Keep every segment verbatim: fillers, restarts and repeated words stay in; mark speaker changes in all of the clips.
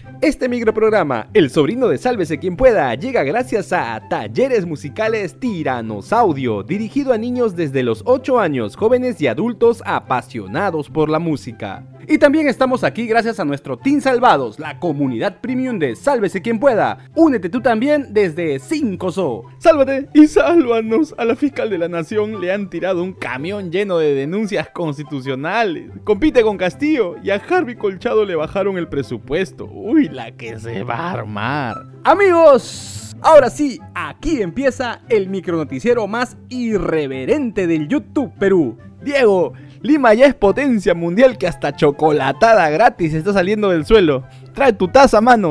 Speaker 1: Este microprograma, El sobrino de Sálvese quien pueda, llega gracias a Talleres Musicales Tiranosaudio, dirigido a niños desde los ocho años, jóvenes y adultos apasionados por la música. Y también estamos aquí gracias a nuestro Team Salvados, la comunidad premium de Sálvese quien pueda. Únete tú también desde cinco so. Sálvate y sálvanos. A la fiscal de la nación le han tirado un camión lleno de denuncias constitucionales. Compite con Castillo y a Harvey Colchado le bajaron el presupuesto. Uy, la que se va a armar. Amigos, ahora sí, aquí empieza el micronoticiero más irreverente del YouTube Perú. Diego, Lima ya es potencia mundial que hasta chocolatada gratis está saliendo del suelo. Trae tu taza, mano.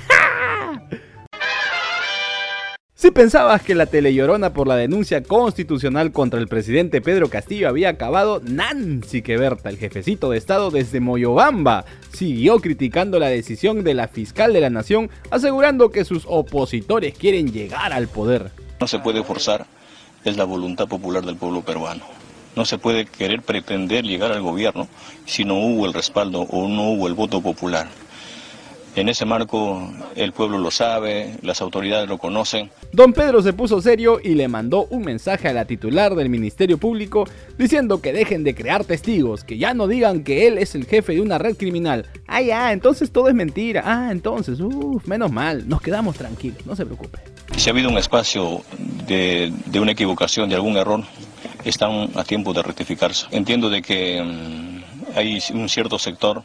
Speaker 1: Si pensabas que la telellorona por la denuncia constitucional contra el presidente Pedro Castillo había acabado, Nancy Queberta, el jefecito de estado desde Moyobamba, siguió criticando la decisión de la fiscal de la nación, asegurando que sus opositores quieren llegar al poder.
Speaker 2: No se puede forzar, es la voluntad popular del pueblo peruano. No se puede querer pretender llegar al gobierno si no hubo el respaldo o no hubo el voto popular. En ese marco el pueblo lo sabe, las autoridades lo conocen.
Speaker 1: Don Pedro se puso serio y le mandó un mensaje a la titular del Ministerio Público diciendo que dejen de crear testigos, que ya no digan que él es el jefe de una red criminal. Ah, ya, entonces todo es mentira. Ah, entonces, uff, menos mal, nos quedamos tranquilos, no se preocupe.
Speaker 2: Si ha habido un espacio de, de una equivocación, de algún error, están a tiempo de rectificarse. Entiendo de que um, hay un cierto sector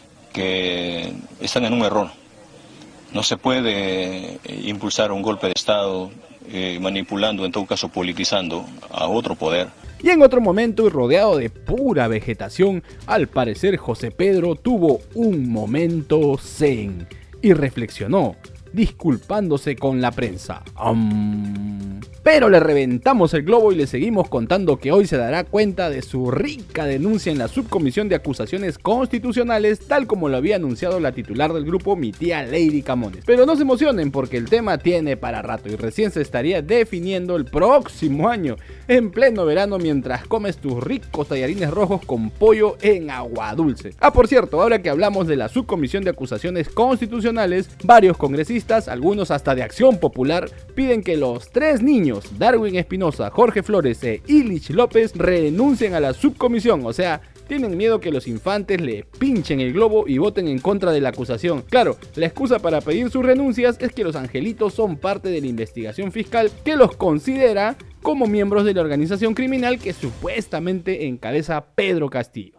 Speaker 2: que están en un error. No se puede eh, impulsar un golpe de Estado eh, manipulando, en todo caso politizando a otro poder.
Speaker 1: Y en otro momento, y rodeado de pura vegetación, al parecer José Pedro tuvo un momento zen y reflexionó, disculpándose con la prensa. Um... Pero le reventamos el globo y le seguimos contando que hoy se dará cuenta de su rica denuncia en la Subcomisión de Acusaciones Constitucionales, tal como lo había anunciado la titular del grupo, mi tía Lady Camones. Pero no se emocionen porque el tema tiene para rato y recién se estaría definiendo el próximo año, en pleno verano, mientras comes tus ricos tallarines rojos con pollo en agua dulce. Ah, por cierto, ahora que hablamos de la Subcomisión de Acusaciones Constitucionales, varios congresistas, algunos hasta de Acción Popular, piden que los tres niños Darwin Espinosa, Jorge Flores e Illich López renuncien a la subcomisión, o sea, tienen miedo que los infantes le pinchen el globo y voten en contra de la acusación. Claro, la excusa para pedir sus renuncias es que los angelitos son parte de la investigación fiscal que los considera como miembros de la organización criminal que supuestamente encabeza Pedro Castillo.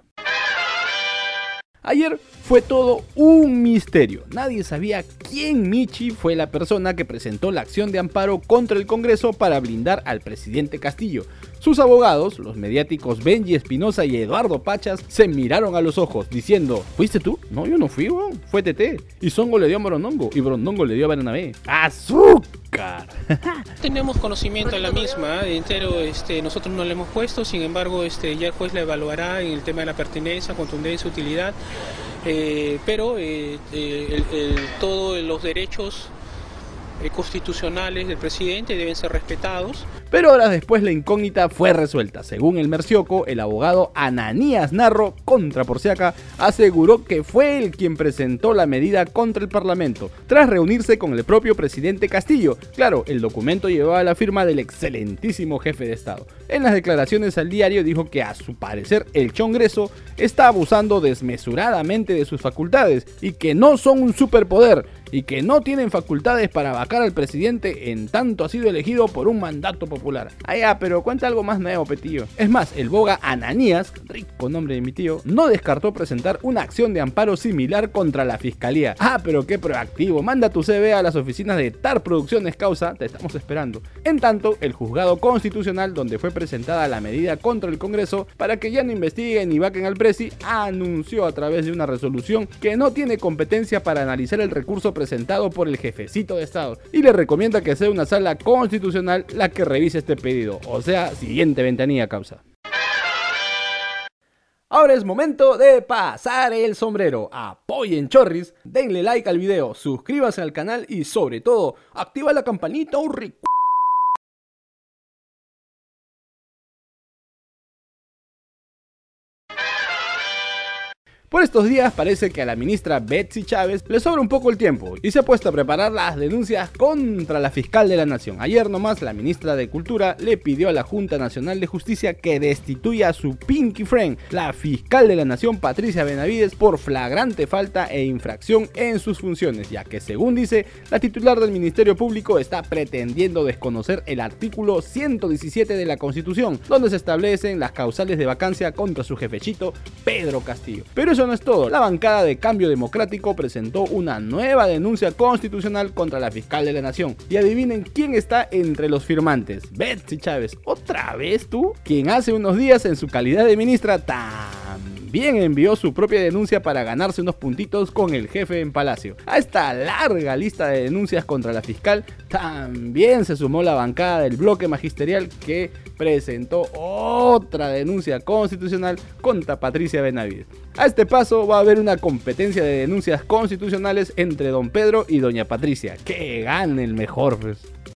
Speaker 1: Ayer fue todo un misterio. Nadie sabía quién Michi fue la persona que presentó la acción de amparo contra el Congreso para blindar al presidente Castillo. Sus abogados, los mediáticos Benji Espinosa y Eduardo Pachas, se miraron a los ojos diciendo: ¿fuiste tú? No, yo no fui, weón. Fue Tete. Y Songo le dio a Morondongo y Morondongo le dio a Bernabé. ¡Azúcar!
Speaker 3: Tenemos conocimiento de la misma, entero, este, nosotros no le hemos puesto, sin embargo, este, ya el juez la evaluará en el tema de la pertinencia, contundencia, utilidad, eh, pero eh, eh, el, el, todos los derechos eh, constitucionales del presidente deben ser respetados.
Speaker 1: Pero horas después la incógnita fue resuelta. Según el Mercioco, el abogado Ananías Narro, contra Porciaca, aseguró que fue él quien presentó la medida contra el Parlamento, tras reunirse con el propio presidente Castillo. Claro, el documento llevaba la firma del excelentísimo jefe de Estado. En las declaraciones al diario dijo que a su parecer el Chongreso está abusando desmesuradamente de sus facultades y que no son un superpoder y que no tienen facultades para vacar al presidente en tanto ha sido elegido por un mandato popular. Ah, ya, pero cuenta algo más nuevo, petillo. Es más, el boga Ananías, rico nombre de mi tío, no descartó presentar una acción de amparo similar contra la fiscalía. Ah, pero qué proactivo. Manda tu C V a las oficinas de Tar Producciones Causa, te estamos esperando. En tanto, el juzgado constitucional, donde fue presentada la medida contra el Congreso para que ya no investiguen ni vaquen al presi, anunció a través de una resolución que no tiene competencia para analizar el recurso presentado por el jefecito de Estado y le recomienda que sea una sala constitucional la que revise este pedido, o sea, siguiente ventanilla, causa. Ahora es momento de pasar el sombrero. Apoyen Chorris, denle like al video, suscríbanse al canal y sobre todo, activa la campanita, un rico. Por estos días parece que a la ministra Betsy Chávez le sobra un poco el tiempo y se ha puesto a preparar las denuncias contra la fiscal de la nación. Ayer nomás la ministra de Cultura le pidió a la Junta Nacional de Justicia que destituya a su pinky friend, la fiscal de la nación Patricia Benavides, por flagrante falta e infracción en sus funciones, ya que según dice, la titular del Ministerio Público está pretendiendo desconocer el artículo ciento diecisiete de la Constitución, donde se establecen las causales de vacancia contra su jefecito Pedro Castillo. Pero eso no es todo, la bancada de Cambio Democrático presentó una nueva denuncia constitucional contra la fiscal de la nación. Y adivinen quién está entre los firmantes: Betsy Chávez. ¿Otra vez tú? Quien hace unos días en su calidad de ministra también envió su propia denuncia para ganarse unos puntitos con el jefe en Palacio. A esta larga lista de denuncias contra la fiscal también se sumó la bancada del bloque magisterial, que presentó otra denuncia constitucional contra Patricia Benavides. A este paso va a haber una competencia de denuncias constitucionales entre don Pedro y doña Patricia. ¡Que gane el mejor, pues!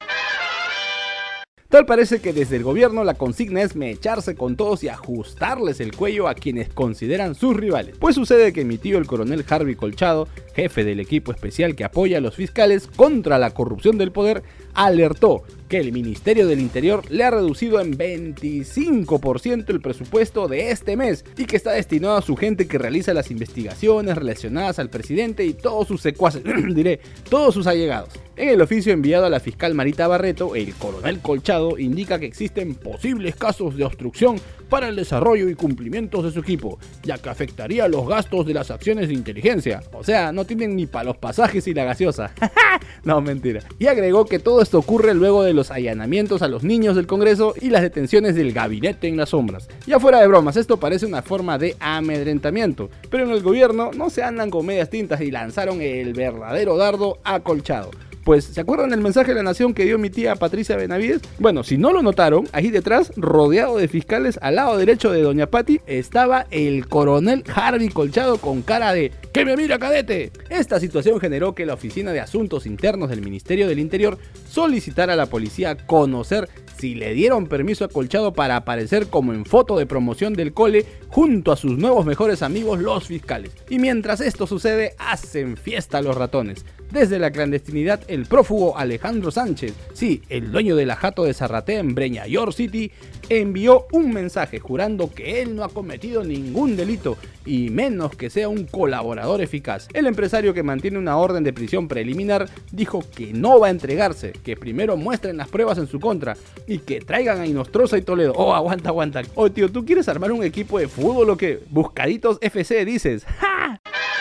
Speaker 1: Tal parece que desde el gobierno la consigna es mecharse con todos y ajustarles el cuello a quienes consideran sus rivales. Pues sucede que mi tío el coronel Harvey Colchado, jefe del equipo especial que apoya a los fiscales contra la corrupción del poder, alertó que el Ministerio del Interior le ha reducido en veinticinco por ciento el presupuesto de este mes y que está destinado a su gente que realiza las investigaciones relacionadas al presidente y todos sus secuaces, diré, todos sus allegados. En el oficio enviado a la fiscal Marita Barreto, el coronel Colchado indica que existen posibles casos de obstrucción para el desarrollo y cumplimientos de su equipo, ya que afectaría los gastos de las acciones de inteligencia. O sea, no tienen ni para los pasajes y la gaseosa. No, mentira. Y agregó que todo esto ocurre luego de los allanamientos a los niños del Congreso y las detenciones del gabinete en las sombras. Ya fuera de bromas, esto parece una forma de amedrentamiento, pero en el gobierno no se andan con medias tintas y lanzaron el verdadero dardo a Colchado. Pues, ¿se acuerdan del mensaje de la nación que dio mi tía Patricia Benavides? Bueno, si no lo notaron, ahí detrás, rodeado de fiscales, al lado derecho de doña Pati, estaba el coronel Harvey Colchado con cara de ¡que me mira, cadete! Esta situación generó que la Oficina de Asuntos Internos del Ministerio del Interior solicitara a la policía conocer si le dieron permiso a Colchado para aparecer como en foto de promoción del cole junto a sus nuevos mejores amigos los fiscales. Y mientras esto sucede, hacen fiesta los ratones. Desde la clandestinidad, el prófugo Alejandro Sánchez, sí, el dueño de la jato de Zarratea en Breña, York City, envió un mensaje jurando que él no ha cometido ningún delito y menos que sea un colaborador eficaz. El empresario, que mantiene una orden de prisión preliminar, dijo que no va a entregarse, que primero muestren las pruebas en su contra y que traigan a Inostroza y Toledo. Oh, aguanta, aguanta. Oh, tío, ¿tú quieres armar un equipo de fútbol o qué? Buscaditos F C, dices. ¡Ja!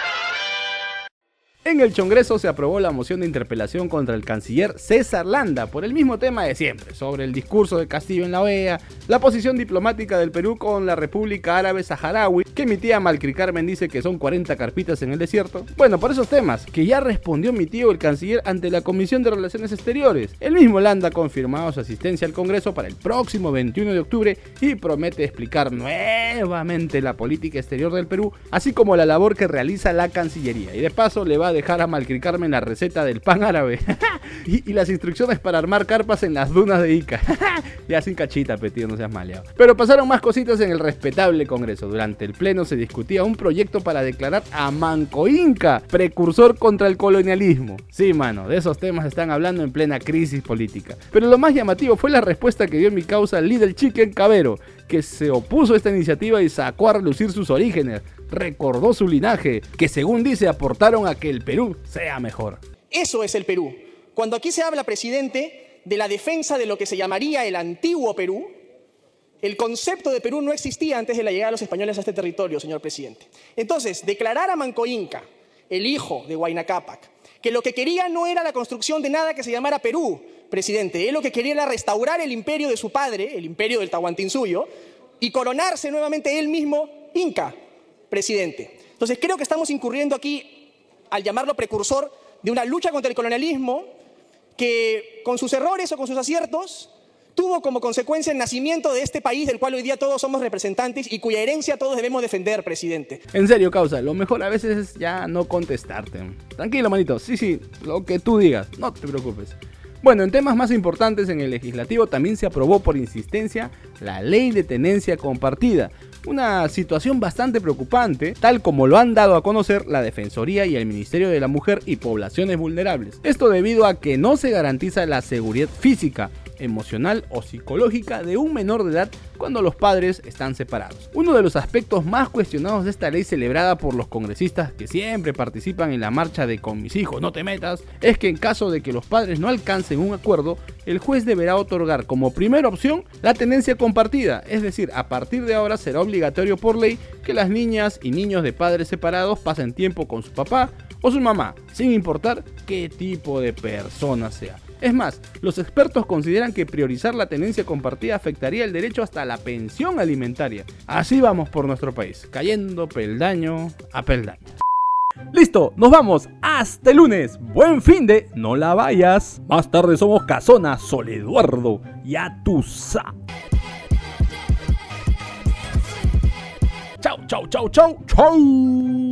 Speaker 1: En el Congreso se aprobó la moción de interpelación contra el canciller César Landa por el mismo tema de siempre, sobre el discurso de Castillo en la O E A, la posición diplomática del Perú con la República Árabe Saharaui, que mi tía Malcri Carmen dice que son cuarenta carpitas en el desierto. Bueno, por esos temas, que ya respondió mi tío el canciller ante la Comisión de Relaciones Exteriores. El mismo Landa ha confirmado su asistencia al Congreso para el próximo veintiuno de octubre y promete explicar nuevamente la política exterior del Perú, así como la labor que realiza la Cancillería. Y de paso le va a dejar a Malcri Carmen la receta del pan árabe y, y las instrucciones para armar carpas en las dunas de Ica. Ya sin cachita, petío, no seas maleado. Pero pasaron más cositas en el respetable Congreso. Durante el pleno se discutía un proyecto para declarar a Manco Inca precursor contra el colonialismo. Sí, mano, de esos temas están hablando en plena crisis política. Pero lo más llamativo fue la respuesta que dio mi causa Little Chicken Cabero, que se opuso a esta iniciativa y sacó a relucir sus orígenes. Recordó su linaje, que según dice aportaron a que el Perú sea mejor.
Speaker 4: Eso es el Perú. Cuando aquí se habla, presidente, de la defensa de lo que se llamaría el antiguo Perú, el concepto de Perú no existía antes de la llegada de los españoles a este territorio, señor presidente. Entonces, declarar a Manco Inca, el hijo de Huayna Cápac, que lo que quería no era la construcción de nada que se llamara Perú, presidente, él lo que quería era restaurar el imperio de su padre, el imperio del Tahuantinsuyo, y coronarse nuevamente él mismo Inca, presidente. Entonces creo que estamos incurriendo aquí, al llamarlo precursor, de una lucha contra el colonialismo que, con sus errores o con sus aciertos, tuvo como consecuencia el nacimiento de este país del cual hoy día todos somos representantes y cuya herencia todos debemos defender, presidente.
Speaker 1: En serio, causa, lo mejor a veces es ya no contestarte. Tranquilo, manito, sí, sí, lo que tú digas, no te preocupes. Bueno, en temas más importantes, en el legislativo también se aprobó por insistencia la ley de tenencia compartida, Una situación bastante preocupante, tal como lo han dado a conocer la Defensoría y el Ministerio de la Mujer y Poblaciones Vulnerables. Esto debido a que no se garantiza la seguridad física, emocional o psicológica de un menor de edad cuando los padres están separados. Uno de los aspectos más cuestionados de esta ley celebrada por los congresistas que siempre participan en la marcha de "con mis hijos no te metas", es que en caso de que los padres no alcancen un acuerdo, el juez deberá otorgar como primera opción la tenencia compartida, es decir, a partir de ahora será obligatorio por ley que las niñas y niños de padres separados pasen tiempo con su papá o su mamá, sin importar qué tipo de persona sea. Es más, los expertos consideran que priorizar la tenencia compartida afectaría el derecho hasta la pensión alimentaria. Así vamos por nuestro país, cayendo peldaño a peldaño. Listo, nos vamos. Hasta el lunes. Buen fin de, no la vayas. Más tarde somos Casona, Sol Eduardo y Atusa. Chau, chau, chau, chau, chau.